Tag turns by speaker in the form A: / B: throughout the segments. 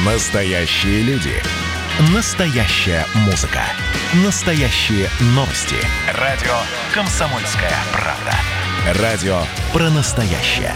A: Настоящие люди. Настоящая музыка. Настоящие новости. Радио «Комсомольская правда». Радио про настоящее.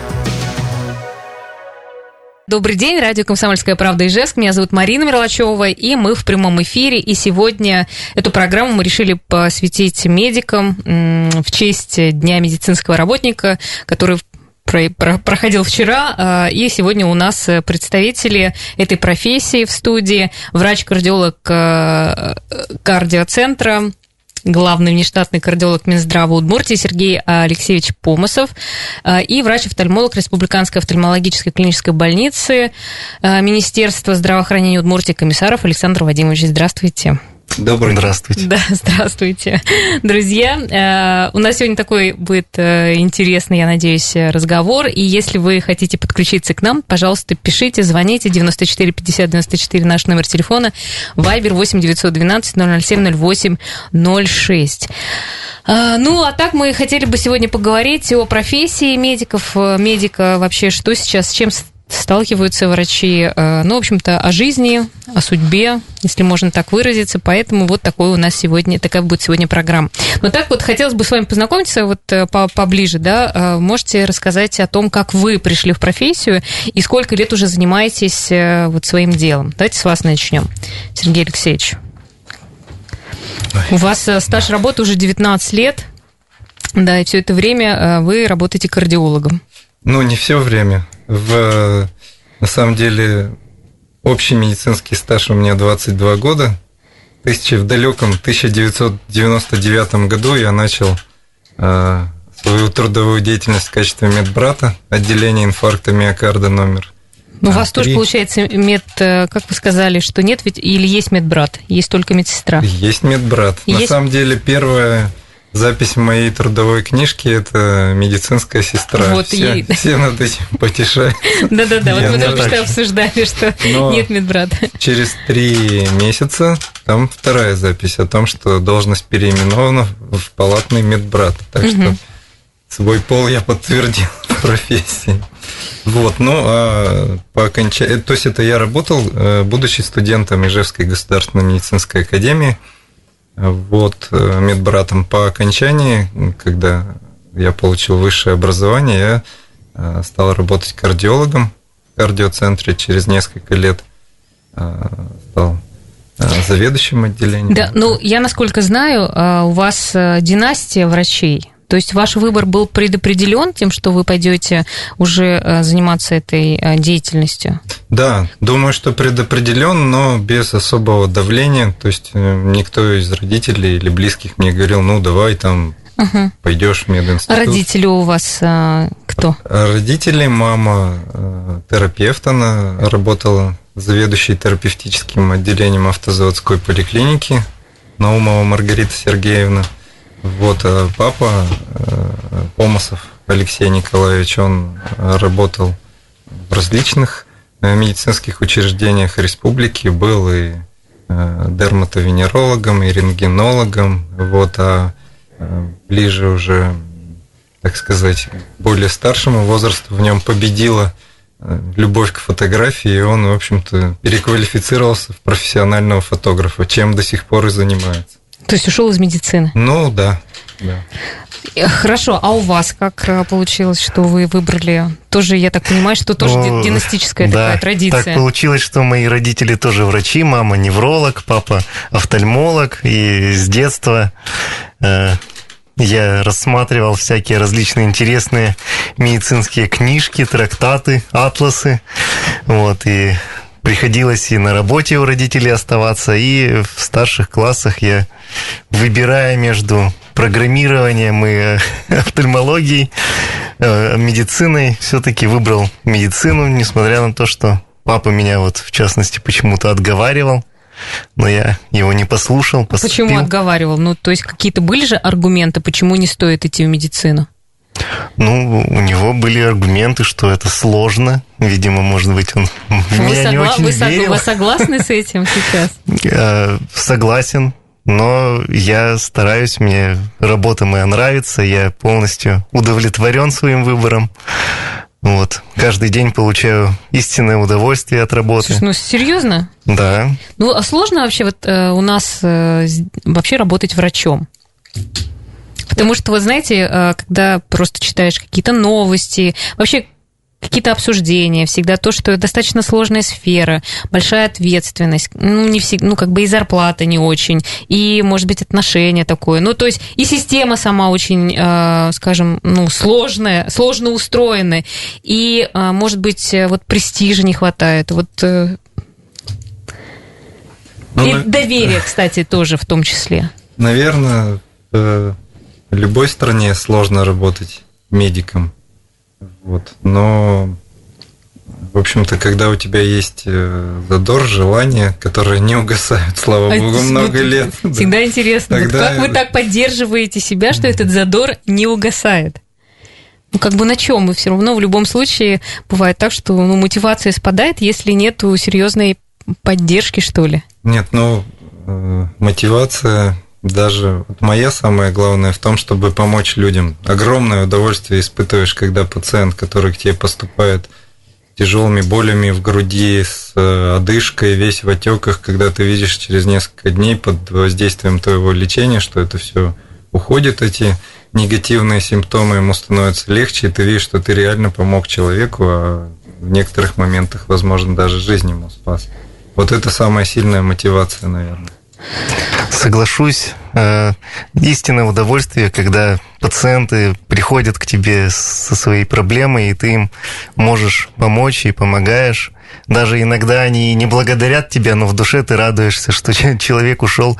B: Добрый день, радио «Комсомольская правда» Ижевск. Меня зовут Марина Мерлачева, и мы в прямом эфире. И сегодня эту программу мы решили посвятить медикам в честь Дня медицинского работника, который проходил вчера, и сегодня у нас представители этой профессии в студии, врач-кардиолог кардиоцентра, главный внештатный кардиолог Минздрава Удмуртии Сергей Алексеевич Помосов и врач-офтальмолог Республиканской офтальмологической клинической больницы Министерства здравоохранения Удмуртии Комиссаров Александр Вадимович. Здравствуйте.
C: Добрый. Здравствуйте.
B: Да, здравствуйте. Друзья, у нас сегодня такой будет интересный, я надеюсь, разговор. И если вы хотите подключиться к нам, пожалуйста, пишите, звоните. 94 50 94 наш номер телефона. Вайбер 8 912 007 08 06. Ну, а так мы хотели бы сегодня поговорить о профессии медика вообще, что сейчас, с чем сталкиваются врачи, ну, в общем-то, о жизни, о судьбе, если можно так выразиться, поэтому вот такая будет сегодня программа. Но так вот хотелось бы с вами познакомиться вот поближе, да, можете рассказать о том, как вы пришли в профессию и сколько лет уже занимаетесь вот своим делом. Давайте с вас начнем, Сергей Алексеевич. У вас стаж работы уже 19 лет, да, и все это время вы работаете кардиологом.
C: Ну, не все время. На самом деле, общий медицинский стаж у меня 22 года. В далеком 1999 году я начал свою трудовую деятельность в качестве медбрата отделения инфаркта миокарда номер.
B: У вас тоже, получается, как вы сказали, что нет, ведь или есть медбрат, есть только медсестра?
C: Есть медбрат. На самом деле, первая запись в моей трудовой книжке – это медицинская сестра.
B: Вот
C: все над этим потешают.
B: Да-да-да, вот мы только что обсуждали, что нет медбрата.
C: Через 3 месяца там вторая запись о том, что должность переименована в палатный медбрат. Так что свой пол я подтвердил в профессии. Вот, ну, а по окончании... То есть это я работал, будучи студентом Ижевской государственной медицинской академии, вот, медбратом. По окончании, когда я получил высшее образование, я стал работать кардиологом в кардиоцентре. Через несколько лет стал заведующим отделением.
B: Да, ну, я, насколько знаю, у вас династия врачей. То есть ваш выбор был предопределен тем, что вы пойдете уже заниматься этой деятельностью? Да,
C: думаю, что предопределен, но без особого давления. То есть никто из родителей или близких мне говорил, ну давай там пойдешь в мединститут.
B: А родители у вас кто?
C: Родители, мама терапевт, она работала заведующей терапевтическим отделением автозаводской поликлиники, Наумова Маргарита Сергеевна. Вот, а папа Помосов Алексей Николаевич, он работал в различных медицинских учреждениях республики, был и дерматовенерологом, и рентгенологом, вот, а ближе уже, так сказать, более старшему возрасту в нем победила любовь к фотографии, и он, в общем-то, переквалифицировался в профессионального фотографа, чем до сих пор и занимается.
B: То есть ушел из медицины?
C: Ну, да.
B: Хорошо, а у вас как получилось, что вы выбрали? Тоже, я так понимаю, что тоже династическая такая традиция.
D: Так получилось, что мои родители тоже врачи, мама невролог, папа офтальмолог, и с детства я рассматривал всякие различные интересные медицинские книжки, трактаты, атласы, вот, и приходилось и на работе у родителей оставаться, и в старших классах я, выбирая между программированием и офтальмологией, медициной, все-таки выбрал медицину, несмотря на то, что папа меня вот в частности почему-то отговаривал, но я его не послушал, поступил.
B: Почему отговаривал? Ну, то есть какие-то были же аргументы, почему не стоит идти в медицину?
D: Ну, у него были аргументы, что это сложно. Видимо, может быть, он меня не очень верил.
B: Вы согласны с этим сейчас?
D: Согласен, но я стараюсь, мне работа моя нравится, я полностью удовлетворен своим выбором. Вот. Каждый день получаю истинное удовольствие от работы.
B: Слушай, ну серьезно?
D: Да.
B: Ну, а сложно вообще вот у нас вообще работать врачом? Потому что, вы знаете, когда просто читаешь какие-то новости, вообще какие-то обсуждения, всегда то, что достаточно сложная сфера, большая ответственность, ну, не всегда, ну, как бы и зарплата не очень, и, может быть, отношение такое. Ну, то есть и система сама очень, скажем, ну, сложная, сложно устроенная, и, может быть, вот престижа не хватает, вот... Ну, и доверие, кстати, тоже в том числе.
C: Наверное, в любой стране сложно работать медиком. Вот. Но, в общем-то, когда у тебя есть задор, желание, которые не угасают, слава богу, много лет.
B: Всегда да. Интересно, тогда... вот как вы так поддерживаете себя, что этот задор не угасает? Ну, как бы на чем? И все равно в любом случае бывает так, что ну, мотивация спадает, если нету серьезной поддержки, что ли.
C: Нет, ну, мотивация... Даже моя самая главная в том, чтобы помочь людям. Огромное удовольствие испытываешь, когда пациент, который к тебе поступает с тяжелыми болями в груди, с одышкой, весь в отеках, когда ты видишь через несколько дней под воздействием твоего лечения, что это все уходит, эти негативные симптомы, ему становится легче, и ты видишь, что ты реально помог человеку, а в некоторых моментах, возможно, даже жизнь ему спас. Вот это самая сильная мотивация, наверное.
D: Соглашусь. Истинное удовольствие, когда пациенты приходят к тебе со своей проблемой, и ты им можешь помочь и помогаешь. Даже иногда они не благодарят тебя, но в душе ты радуешься, что человек ушел,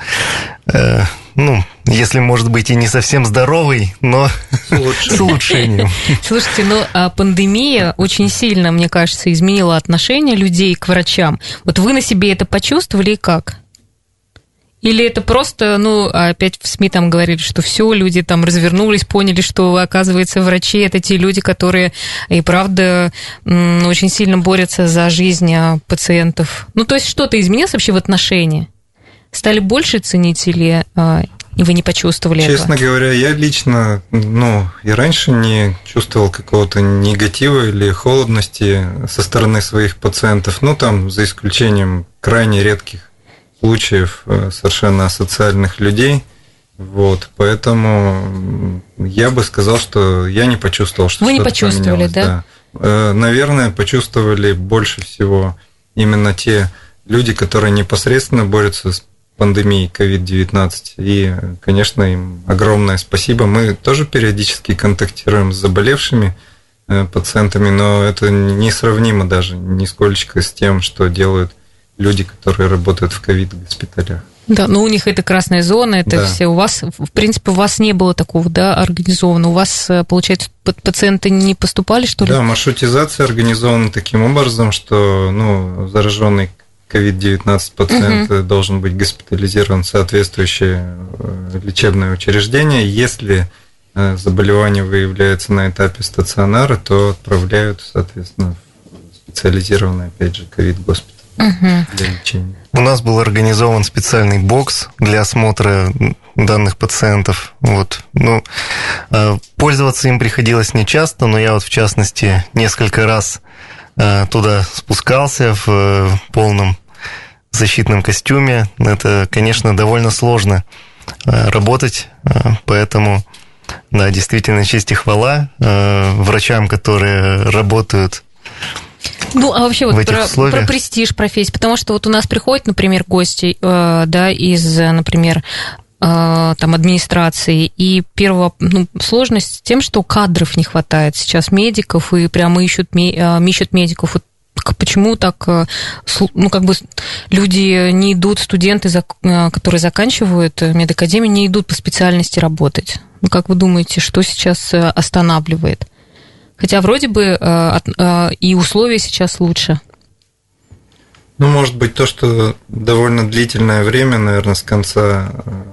D: ну, если, может быть, и не совсем здоровый, но с улучшением.
B: Слушайте, ну, пандемия очень сильно, мне кажется, изменила отношение людей к врачам. Вот вы на себе это почувствовали и как? Или это просто, ну, опять в СМИ там говорили, что все, люди там развернулись, поняли, что, оказывается, врачи – это те люди, которые и правда очень сильно борются за жизнь пациентов. Ну, то есть что-то изменилось вообще в отношении? Стали больше ценить или вы не почувствовали этого?
C: Честно говоря, я лично, ну, и раньше не чувствовал какого-то негатива или холодности со стороны своих пациентов, ну, там, за исключением крайне редких случаев совершенно асоциальных людей, вот, поэтому я бы сказал, что я не почувствовал, что
B: вы не почувствовали, да?
C: Наверное, почувствовали больше всего именно те люди, которые непосредственно борются с пандемией COVID-19, и, конечно, им огромное спасибо. Мы тоже периодически контактируем с заболевшими пациентами, но это несравнимо даже нисколько с тем, что делают люди, которые работают в ковид-госпиталях.
B: Да, но у них это красная зона, это да. Все. У вас, в принципе, у вас не было такого, да, организовано. У вас, получается, пациенты не поступали, что ли?
C: Да, маршрутизация организована таким образом, что, ну, зараженный COVID-19 пациент должен быть госпитализирован в соответствующее лечебное учреждение. Если заболевание выявляется на этапе стационара, то отправляют, соответственно, в специализированный, опять же, ковид-госпиталь. Для лечения.
D: У нас был организован специальный бокс для осмотра данных пациентов. Вот. Ну, пользоваться им приходилось нечасто, но я вот, в частности, несколько раз туда спускался в полном защитном костюме. Это, конечно, довольно сложно работать, поэтому, да, действительно, честь и хвала врачам, которые работают.
B: Ну, а вообще вот про престиж профессии, потому что вот у нас приходят, например, гости, да, из, например, там, администрации, и первая сложность с тем, что кадров не хватает сейчас, медиков, и прямо ищут медиков. Вот почему так, ну, как бы люди не идут, студенты, которые заканчивают медакадемию, не идут по специальности работать? Ну, как вы думаете, что сейчас останавливает? Хотя вроде бы и условия сейчас лучше.
C: Ну, может быть, то, что довольно длительное время, наверное, с конца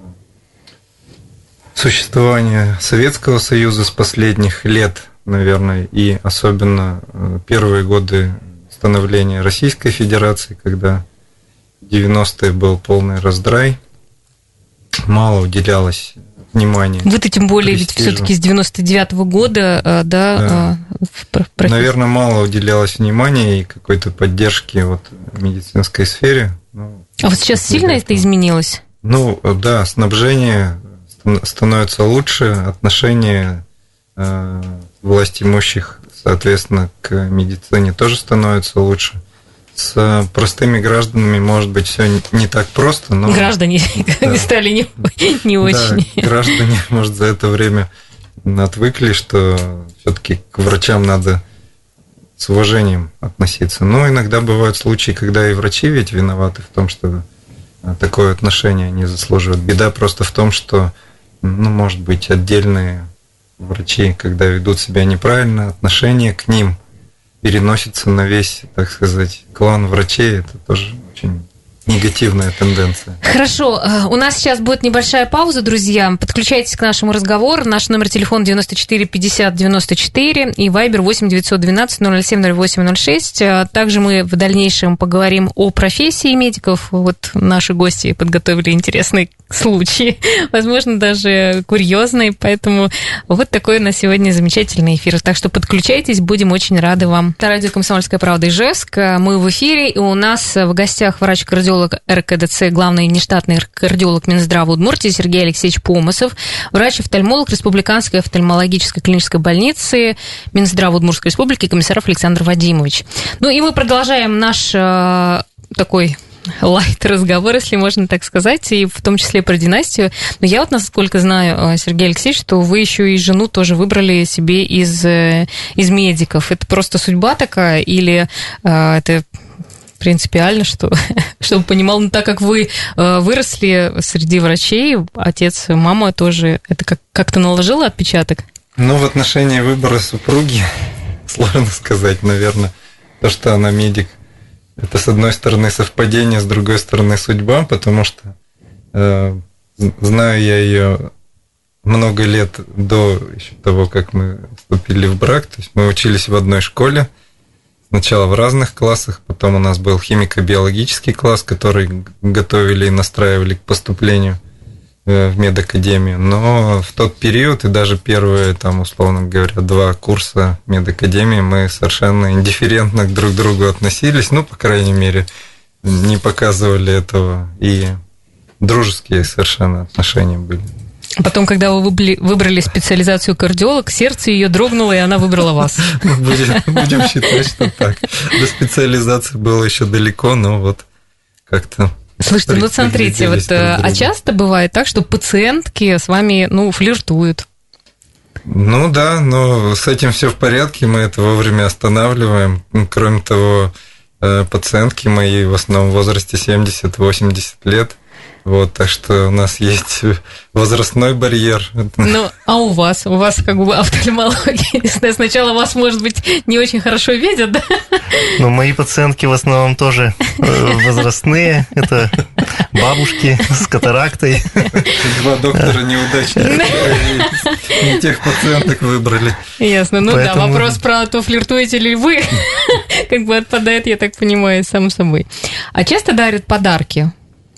C: существования Советского Союза, с последних лет, наверное, и особенно первые годы становления Российской Федерации, когда в 90-е был полный раздрай, мало уделялось внимание.
B: Вы-то тем более ведь все-таки с 99-го года,
C: да. Наверное, мало уделялось внимания и какой-то поддержки вот в медицинской сфере.
B: А вот сейчас сильно это изменилось?
C: Да, снабжение становится лучше, отношение власть имущих, соответственно, к медицине тоже становится лучше. С простыми гражданами, может быть, все не так просто, но...
B: Граждане стали не очень.
C: Да, граждане, может, за это время отвыкли, что все-таки к врачам надо с уважением относиться. Но иногда бывают случаи, когда и врачи ведь виноваты в том, что такое отношение не заслуживают. Беда просто в том, что, может быть, отдельные врачи, когда ведут себя неправильно, отношение к ним переносится на весь, так сказать, клан врачей. Это тоже очень негативная тенденция.
B: Хорошо, у нас сейчас будет небольшая пауза, друзья. Подключайтесь к нашему разговору. Наш номер телефона 94 50 94 и Viber 8 912 007 08 06. Также мы в дальнейшем поговорим о профессии медиков. Вот наши гости подготовили интересный случаи, возможно, даже курьезные, поэтому вот такой на сегодня замечательный эфир. Так что подключайтесь, будем очень рады вам. Это радио «Комсомольская правда» Ижевск. Мы в эфире, и у нас в гостях врач-кардиолог РКДЦ, главный внештатный кардиолог Минздрава Удмуртии Сергей Алексеевич Помысов, врач-офтальмолог Республиканской офтальмологической клинической больницы Минздрава Удмуртской республики Комиссаров Александр Вадимович. И мы продолжаем наш такой лайт-разговор, если можно так сказать, и в том числе про династию. Но я вот, насколько знаю, Сергей Алексеевич, что вы еще и жену тоже выбрали себе из медиков. Это просто судьба такая или это принципиально, чтобы понимал, так как вы выросли среди врачей, отец, мама тоже, это как-то наложило отпечаток?
C: В отношении выбора супруги сложно сказать, наверное. То, что она медик, это, с одной стороны, совпадение, с другой стороны, судьба, потому что знаю я ее много лет до еще того, как мы вступили в брак. То есть мы учились в одной школе, сначала в разных классах, потом у нас был химико-биологический класс, который готовили и настраивали к поступлению в медакадемию. Но в тот период и даже первые, условно говоря, 2 курса медакадемии мы совершенно индифферентно друг к другу относились, по крайней мере, не показывали этого, и дружеские совершенно отношения были.
B: Потом, когда вы выбрали специализацию кардиолог, сердце ее дрогнуло, и она выбрала вас.
C: Будем считать, что так. До специализации было еще далеко, но вот как-то...
B: Слушайте, смотрите, а часто бывает так, что пациентки с вами, флиртуют?
C: Да, но с этим все в порядке, мы это вовремя останавливаем. Кроме того, пациентки мои в основном в возрасте 70-80 лет. Так что у нас есть возрастной барьер.
B: А у вас? У вас как бы офтальмология. Сначала вас, может быть, не очень хорошо видят, да?
D: Мои пациентки в основном тоже возрастные. Это бабушки с катарактой.
C: 2 доктора неудачника. Не тех пациенток выбрали.
B: Ясно. Вопрос про то, флиртуете ли вы, как бы отпадает, я так понимаю, сам собой. А часто дарят подарки?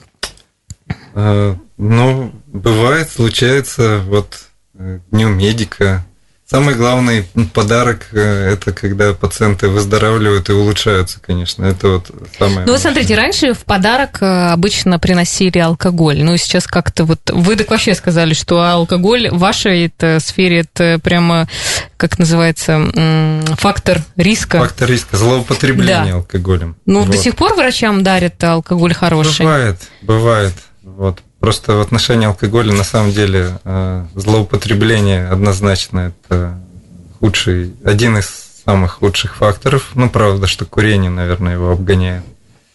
C: Бывает, случается, к Дню медика. Самый главный подарок – это когда пациенты выздоравливают и улучшаются, конечно. Это самое...
B: смотрите, раньше в подарок обычно приносили алкоголь. Сейчас как-то вы так вообще сказали, что алкоголь в вашей сфере – это прямо, как называется, фактор риска.
C: Фактор риска, злоупотребление алкоголем.
B: До сих пор врачам дарят алкоголь хороший?
C: Бывает. Просто в отношении алкоголя, на самом деле, злоупотребление однозначно это один из самых худших факторов. Правда, что курение, наверное, его обгоняет.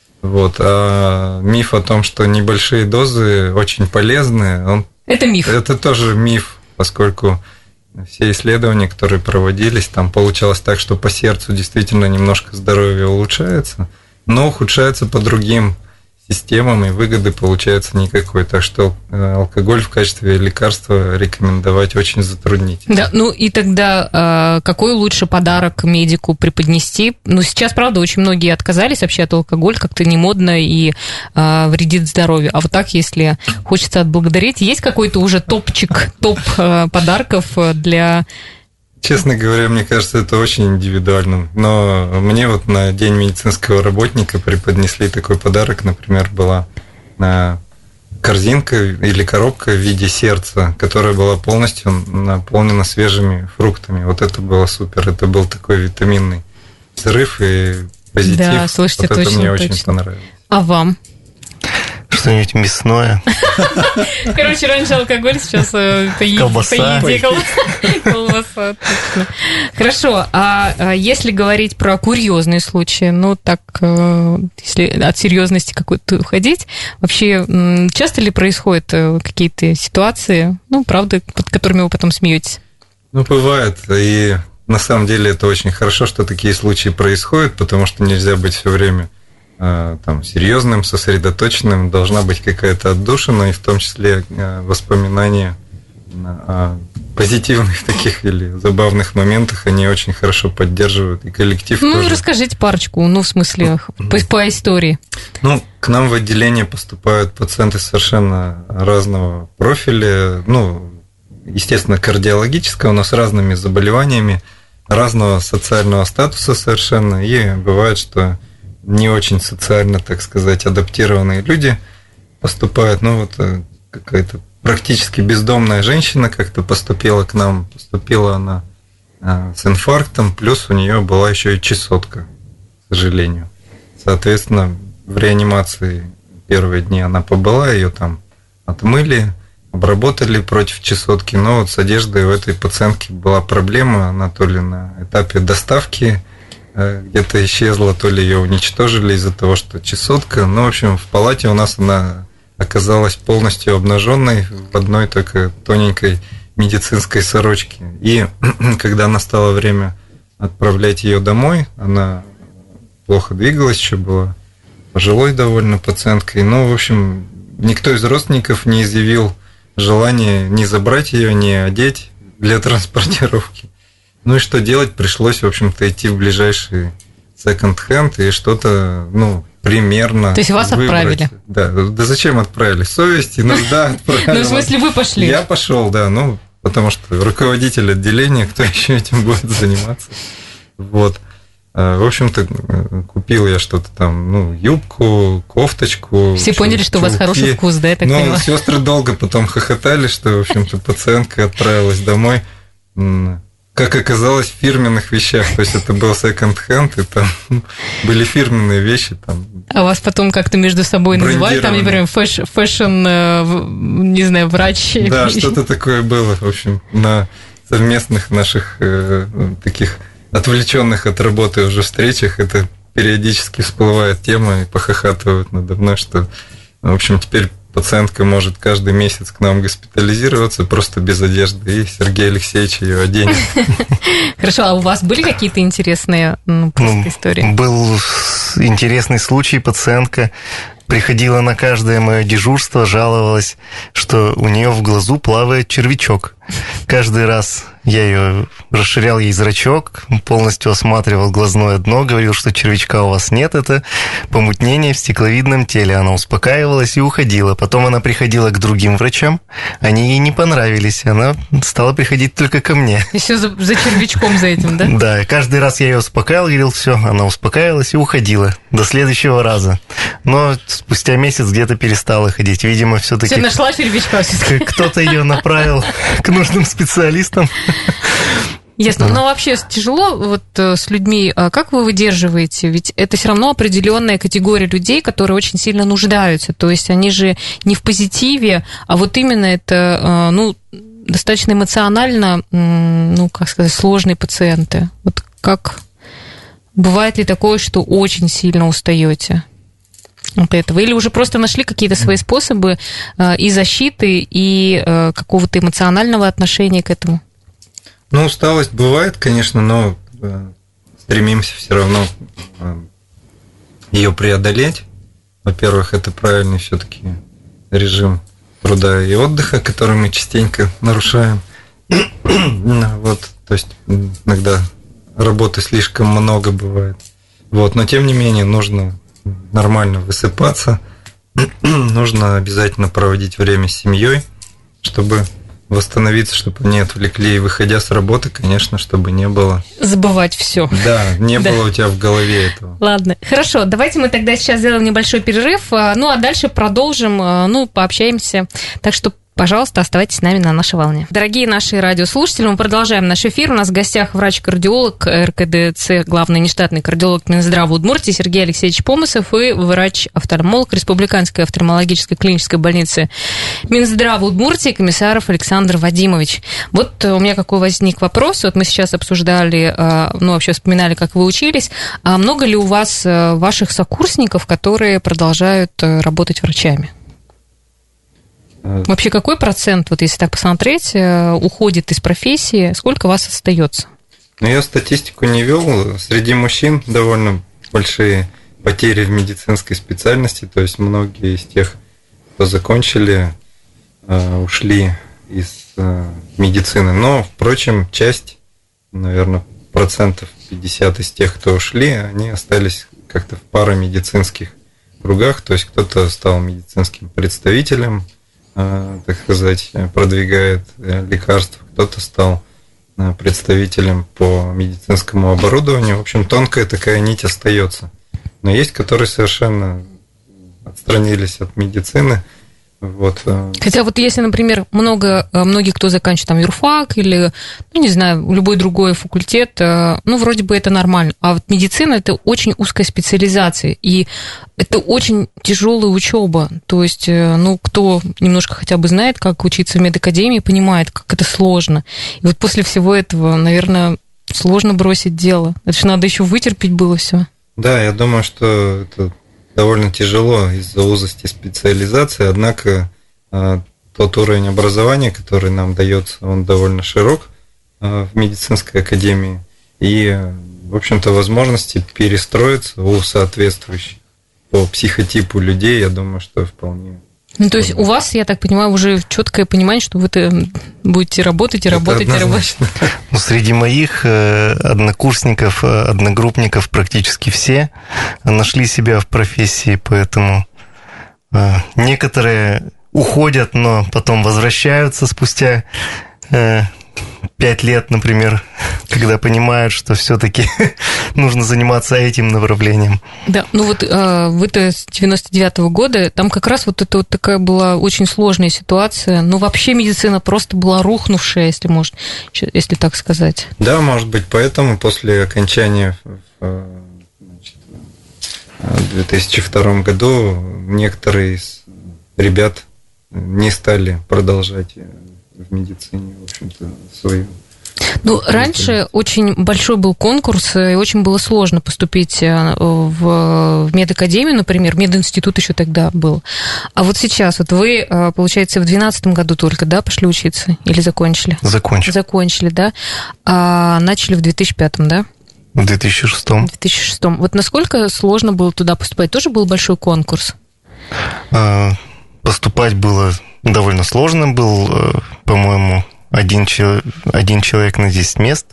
C: А миф о том, что небольшие дозы очень полезны,
B: это миф.
C: Это тоже миф, поскольку все исследования, которые проводились, там получалось так, что по сердцу действительно немножко здоровье улучшается, но ухудшается по другим системам, и выгоды получается никакой. Так что алкоголь в качестве лекарства рекомендовать очень затруднительно.
B: Да, ну и тогда какой лучше подарок медику преподнести? Ну, сейчас, правда, очень многие отказались вообще от алкоголя, как-то не модно и вредит здоровью. А вот так, если хочется отблагодарить, есть какой-то уже топ подарков для...
C: Честно говоря, мне кажется, это очень индивидуально. Но мне вот на День медицинского работника преподнесли такой подарок. Например, была корзинка или коробка в виде сердца, которая была полностью наполнена свежими фруктами. Вот это было супер. Это был такой витаминный взрыв и позитив.
B: Да, слушайте,
C: вот это
B: точно,
C: мне очень понравилось.
B: А вам?
D: Что-нибудь мясное.
B: Короче, раньше алкоголь, сейчас
D: колбаса.
B: Колбаса, точно. Хорошо, а если говорить про курьезные случаи, ну так, если от серьезности какой-то уходить, вообще часто ли происходят какие-то ситуации, ну, правда, под которыми вы потом смеетесь?
C: Ну, бывает, и на самом деле это очень хорошо, что такие случаи происходят, потому что нельзя быть все время там серьезным, сосредоточенным, должна быть какая-то отдушина, и в том числе воспоминания о позитивных таких или забавных моментах, они очень хорошо поддерживают, и коллектив тоже.
B: Ну, расскажите парочку, ну, в смысле, по истории.
C: Ну, к нам в отделение поступают пациенты совершенно разного профиля, ну, естественно, кардиологического, но с разными заболеваниями, разного социального статуса совершенно, и бывает, что не очень социально, так сказать, адаптированные люди поступают. Ну, вот какая-то практически бездомная женщина как-то поступила к нам. Поступила она с инфарктом, плюс у нее была еще и чесотка, к сожалению. Соответственно, в реанимации первые дни она побыла, ее там отмыли, обработали против чесотки, но вот с одеждой у этой пациентки была проблема, она то ли на этапе доставки где-то исчезла, то ли ее уничтожили из-за того, что чесотка. Ну, в общем, в палате у нас она оказалась полностью обнаженной в одной только тоненькой медицинской сорочке. И когда настало время отправлять ее домой, она плохо двигалась, еще была пожилой довольно пациенткой. Ну, в общем, никто из родственников не изъявил желания ни забрать ее, ни одеть для транспортировки. Ну и что делать? Пришлось, в общем-то, идти в ближайший секонд-хенд и что-то, ну, примерно.
B: То есть вас
C: выбрать.
B: Отправили?
C: Да. Да зачем отправили? Совесть, иногда отправили.
B: Ну, в смысле, вы пошли?
C: Я пошел, да, ну, потому что руководитель отделения, кто еще этим будет заниматься. Вот. В общем-то, купил я что-то там, ну, юбку, кофточку.
B: Все поняли, что у вас хороший вкус, да, я так понимаю?
C: Ну, сестры долго потом хохотали, что, в общем-то, пациентка отправилась домой. Как оказалось, в фирменных вещах. То есть это был секонд-хенд, и там были фирменные вещи. Там,
B: а вас потом как-то между собой называли? Там, например, фэшн, не знаю, врач.
C: Да, что-то такое было, в общем, на совместных наших таких отвлеченных от работы уже встречах. Это периодически всплывает тема и похохатывают надо мной, что, в общем, теперь пациентка может каждый месяц к нам госпитализироваться просто без одежды, и Сергей Алексеевич ее оденет.
B: Хорошо, а у вас были какие-то интересные истории?
D: Был интересный случай, пациентка приходила на каждое мое дежурство, жаловалась, что у нее в глазу плавает червячок. Каждый раз я ее расширял ей зрачок, полностью осматривал глазное дно, говорил, что червячка у вас нет, это помутнение в стекловидном теле. Она успокаивалась и уходила. Потом она приходила к другим врачам, они ей не понравились, она стала приходить только ко мне.
B: Еще за червячком за этим, да?
D: Да, каждый раз я ее успокаивал, говорил, все, она успокаивалась и уходила до следующего раза. Но спустя месяц где-то перестала ходить. Видимо, все-таки...
B: Все нашла червячка все-таки.
D: Кто-то ее направил к нужным специалистам.
B: Ясно. Но вообще тяжело вот с людьми. Как вы выдерживаете? Ведь это все равно определенная категория людей, которые очень сильно нуждаются. То есть они же не в позитиве, а вот именно это, ну, достаточно эмоционально, ну, как сказать, сложные пациенты. Вот как... Бывает ли такое, что очень сильно устаете от этого? Или уже просто нашли какие-то свои способы и защиты, и какого-то эмоционального отношения к этому?
C: Ну, усталость бывает, конечно, но стремимся все равно ее преодолеть. во-первых, это правильный все-таки режим труда и отдыха, который мы частенько нарушаем. Вот, то есть иногда работы слишком много бывает. Вот, но тем не менее нужно нормально высыпаться, нужно обязательно проводить время с семьей, чтобы восстановиться, чтобы не отвлекли. И выходя с работы, конечно, чтобы не было...
B: Забывать все.
C: Да, не было у тебя в голове этого.
B: Ладно, хорошо, давайте мы тогда сейчас сделаем небольшой перерыв, ну а дальше продолжим, пообщаемся. Так что, пожалуйста, оставайтесь с нами на нашей волне. Дорогие наши радиослушатели, мы продолжаем наш эфир. У нас в гостях врач-кардиолог РКДЦ, главный нештатный кардиолог Минздрава Удмуртии Сергей Алексеевич Помысов и врач-офтальмолог Республиканской офтальмологической клинической больницы Минздрава Удмуртии Комиссаров Александр Вадимович. Вот у меня какой возник вопрос. Вот мы сейчас обсуждали, вообще вспоминали, как вы учились. А много ли у вас ваших сокурсников, которые продолжают работать врачами? Вообще, какой процент, вот если так посмотреть, уходит из профессии, сколько вас остается?
C: Ну, я статистику не вел. Среди мужчин довольно большие потери в медицинской специальности, то есть многие из тех, кто закончили, ушли из медицины. Но, впрочем, часть, наверное, 50% из тех, кто ушли, они остались как-то в парамедицинских кругах, то есть кто-то стал медицинским представителем, так сказать, продвигает лекарства, кто-то стал представителем по медицинскому оборудованию. В общем, тонкая такая нить остается. Но есть, которые совершенно отстранились от медицины. Вот.
B: Хотя вот если, например, многие, кто заканчивает там юрфак или, не знаю, любой другой факультет, вроде бы это нормально. А вот медицина – это очень узкая специализация, и это очень тяжелая учеба. То есть, кто немножко хотя бы знает, как учиться в медакадемии, понимает, как это сложно. И вот после всего этого, наверное, сложно бросить дело. Это же надо еще вытерпеть было все.
C: Да, я думаю, что это довольно тяжело из-за узости специализации, однако тот уровень образования, который нам дается, он довольно широк в медицинской академии, и, в общем-то, возможности перестроиться у соответствующих по психотипу людей, я думаю, что вполне.
B: То есть у вас, я так понимаю, уже четкое понимание, что вы будете работать и работать и работать.
D: Среди моих однокурсников, одногруппников практически все нашли себя в профессии, поэтому некоторые уходят, но потом возвращаются спустя 5 лет, например, когда понимают, что все-таки нужно заниматься этим направлением.
B: Да, вы-то с 99-го года, там как раз вот это вот такая была очень сложная ситуация, вообще медицина просто была рухнувшая, если так сказать.
C: Да, может быть, поэтому после окончания в 2002 году некоторые из ребят не стали продолжать в медицине, в общем-то, свою.
B: Раньше очень большой был конкурс, и очень было сложно поступить в медакадемию, например, мединститут еще тогда был. А вот сейчас, вы, получается, в 2012 году только, да, пошли учиться? Или закончили? Закончили, да. А начали в 2005, да?
D: В 2006.
B: В 2006. Вот насколько сложно было туда поступать? Тоже был большой конкурс?
D: Поступать было довольно сложно, был, по-моему, один человек на 10 мест.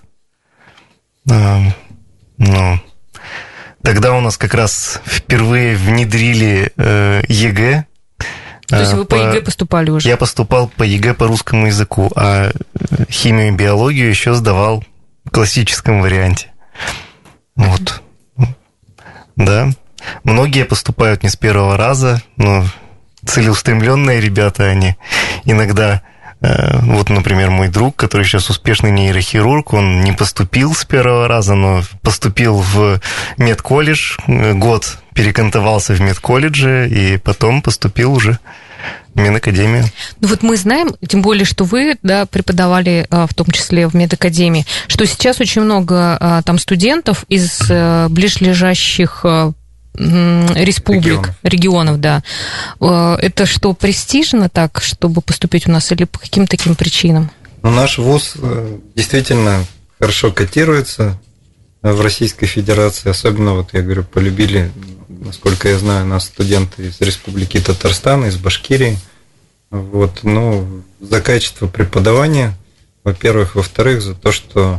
D: Но тогда у нас как раз впервые внедрили ЕГЭ.
B: То есть вы по ЕГЭ поступали уже?
D: Я поступал по ЕГЭ по русскому языку, а химию и биологию еще сдавал в классическом варианте. Вот. Да. Многие поступают не с первого раза, но целеустремленные ребята они. Иногда, например, мой друг, который сейчас успешный нейрохирург, он не поступил с первого раза, но поступил в медколледж, год перекантовался в медколледже и потом поступил уже в медакадемию.
B: Мы знаем, тем более, что вы, да, преподавали в том числе в медакадемии, что сейчас очень много там студентов из ближлежащих республик, регионов, да. Это что, престижно так, чтобы поступить у нас, или по каким таким причинам?
C: Наш вуз действительно хорошо котируется в Российской Федерации, особенно, я говорю, полюбили насколько я знаю, у нас студенты из Республики Татарстан, из Башкирии. Вот, за качество преподавания, во-первых. Во-вторых, за то, что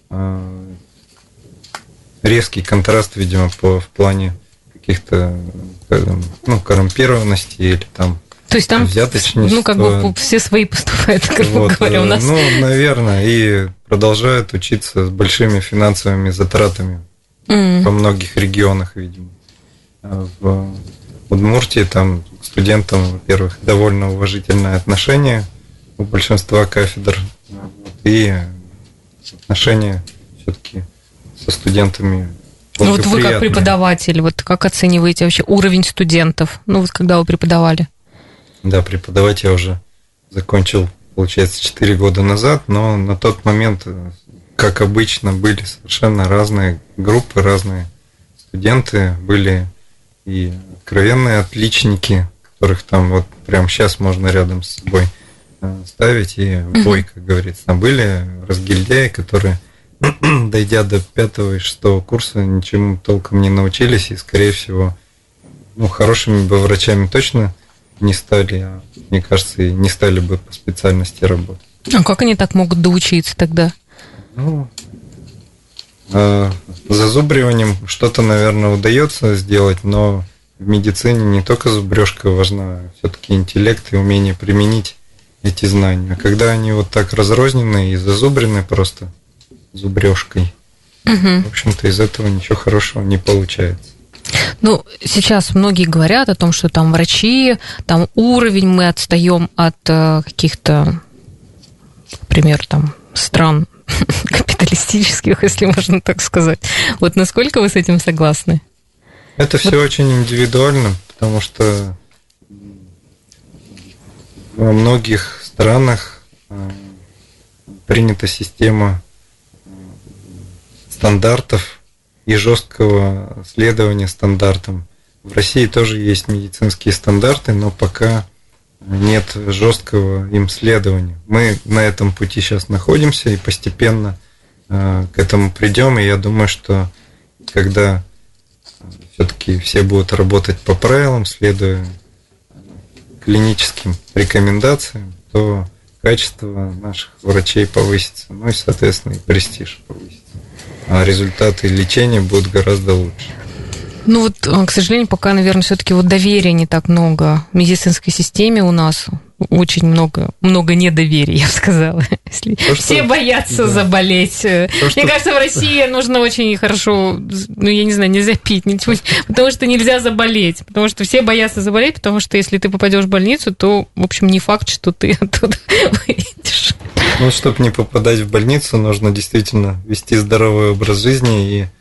C: резкий контраст, видимо, в плане каких-то коррумпированности или там.
B: То есть там, все свои поступают, грубо говоря, у нас.
C: Наверное, и продолжают учиться с большими финансовыми затратами во многих регионах, видимо. В Удмуртии там к студентам, во-первых, довольно уважительное отношение у большинства кафедр, и отношения все-таки со студентами.
B: Вот вы как преподаватель, как оцениваете вообще уровень студентов, когда вы преподавали?
C: Да, преподавать я уже закончил, получается, 4 года назад, но на тот момент, как обычно, были совершенно разные группы, разные студенты, были и откровенные отличники, которых там прямо сейчас можно рядом с собой ставить и в бой, как говорится. А были разгильдяи, которые, дойдя до 5-го и 6-го курса, ничему толком не научились и, скорее всего, хорошими бы врачами точно не стали, а, мне кажется, и не стали бы по специальности работать.
B: А как они так могут доучиться тогда?
C: Зазубриванием что-то, наверное, удается сделать, но в медицине не только зубрежка важна, а все-таки интеллект и умение применить эти знания. А когда они так разрознены и зазубрены просто зубрежкой, в общем-то, из этого ничего хорошего не получается.
B: Сейчас многие говорят о том, что там врачи, там уровень, мы отстаем от каких-то, например, там стран капиталистических, если можно так сказать. Насколько вы с этим согласны?
C: Это все очень индивидуально, потому что во многих странах принята система стандартов и жесткого следования стандартам. В России тоже есть медицинские стандарты, но пока нет жесткого им следования. Мы на этом пути сейчас находимся и постепенно к этому придем. И я думаю, что когда все-таки все будут работать по правилам, следуя клиническим рекомендациям, то качество наших врачей повысится, и, соответственно, и престиж повысится. А результаты лечения будут гораздо лучше.
B: К сожалению, пока, наверное, все-таки доверия не так много в медицинской системе у нас. Очень много недоверия, я бы сказала. Все боятся заболеть. Мне кажется, в России нужно очень хорошо, я не знаю, нельзя пить, ничего, потому что нельзя заболеть. Потому что все боятся заболеть, потому что если ты попадешь в больницу, то, в общем, не факт, что ты оттуда выйдешь.
C: Чтобы не попадать в больницу, нужно действительно вести здоровый образ жизни и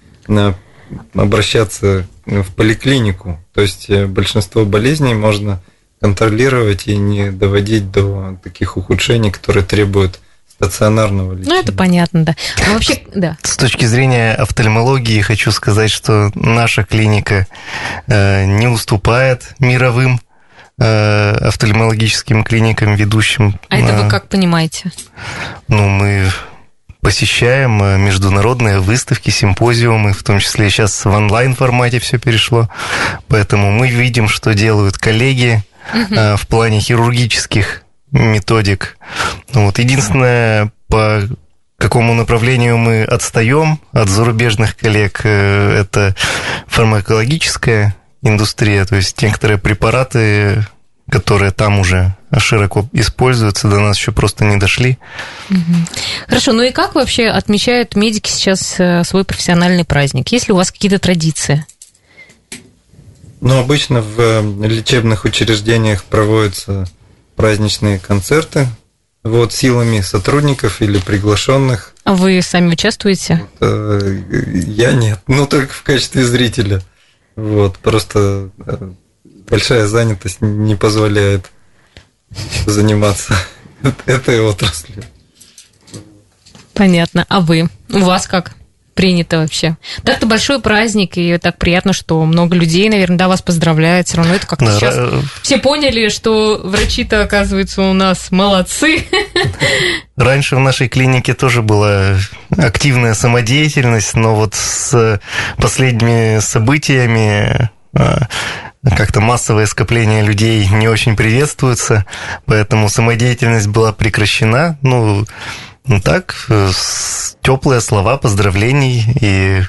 C: обращаться в поликлинику. То есть большинство болезней можно контролировать и не доводить до таких ухудшений, которые требуют стационарного лечения.
B: Это понятно, да. А вообще, да.
D: С точки зрения офтальмологии хочу сказать, что наша клиника не уступает мировым офтальмологическим клиникам, ведущим.
B: А это вы как понимаете?
D: Мы посещаем международные выставки, симпозиумы, в том числе сейчас в онлайн-формате все перешло. Поэтому мы видим, что делают коллеги в плане хирургических методик. Единственное, по какому направлению мы отстаем от зарубежных коллег, это фармакологическая индустрия, то есть некоторые препараты, которые там уже широко используются, до нас еще просто не дошли.
B: Хорошо, и как вообще отмечают медики сейчас свой профессиональный праздник? Есть ли у вас какие-то традиции?
C: Обычно в лечебных учреждениях проводятся праздничные концерты силами сотрудников или приглашенных.
B: А вы сами участвуете?
C: Я нет, только в качестве зрителя. Просто большая занятость не позволяет заниматься этой отраслью.
B: Понятно. А вы? У вас как принято вообще? Так-то большой праздник, и так приятно, что много людей, наверное, вас поздравляют. Все равно это как-то сейчас все поняли, что врачи-то, оказывается, у нас молодцы.
D: Раньше в нашей клинике тоже была активная самодеятельность, но с последними событиями как-то массовое скопление людей не очень приветствуется, поэтому самодеятельность была прекращена. Ну так, теплые слова поздравлений и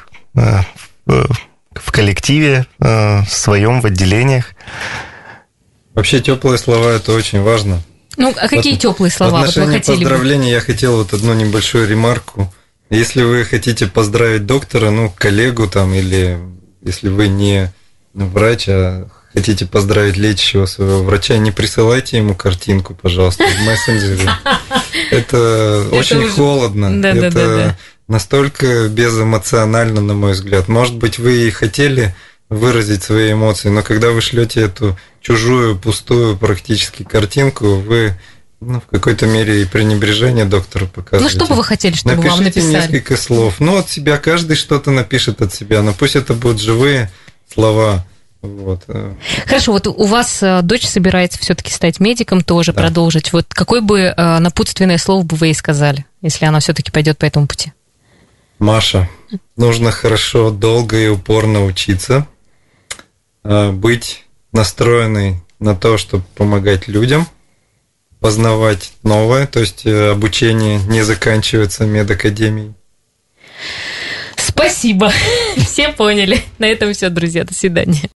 D: в коллективе своем, в отделениях.
C: Вообще теплые слова – это очень важно.
B: Ну, а какие теплые слова
C: в отношении
B: вы хотели
C: поздравлений я хотел вот одну небольшую ремарку. Если вы хотите поздравить доктора, коллегу там, или если вы не врач, а хотите поздравить лечащего своего врача, не присылайте ему картинку, пожалуйста, в мессенджере. Это очень холодно. Это настолько безэмоционально, на мой взгляд. Может быть, вы и хотели выразить свои эмоции, но когда вы шлете эту чужую, пустую практически картинку, вы в какой-то мере и пренебрежение доктору показываете.
B: Ну, что бы вы хотели, чтобы
C: Напишите
B: вам написали?
C: Несколько слов. От себя, каждый что-то напишет от себя, но пусть это будут живые слова. Вот.
B: Хорошо, вот у вас дочь собирается все-таки стать медиком, тоже продолжить. Вот какое бы напутственное слово бы вы ей сказали, если она все-таки пойдет по этому пути?
C: Маша, нужно хорошо, долго и упорно учиться, быть настроенной на то, чтобы помогать людям, познавать новое, то есть обучение не заканчивается медакадемией.
B: Спасибо. Все поняли. На этом все, друзья. До свидания.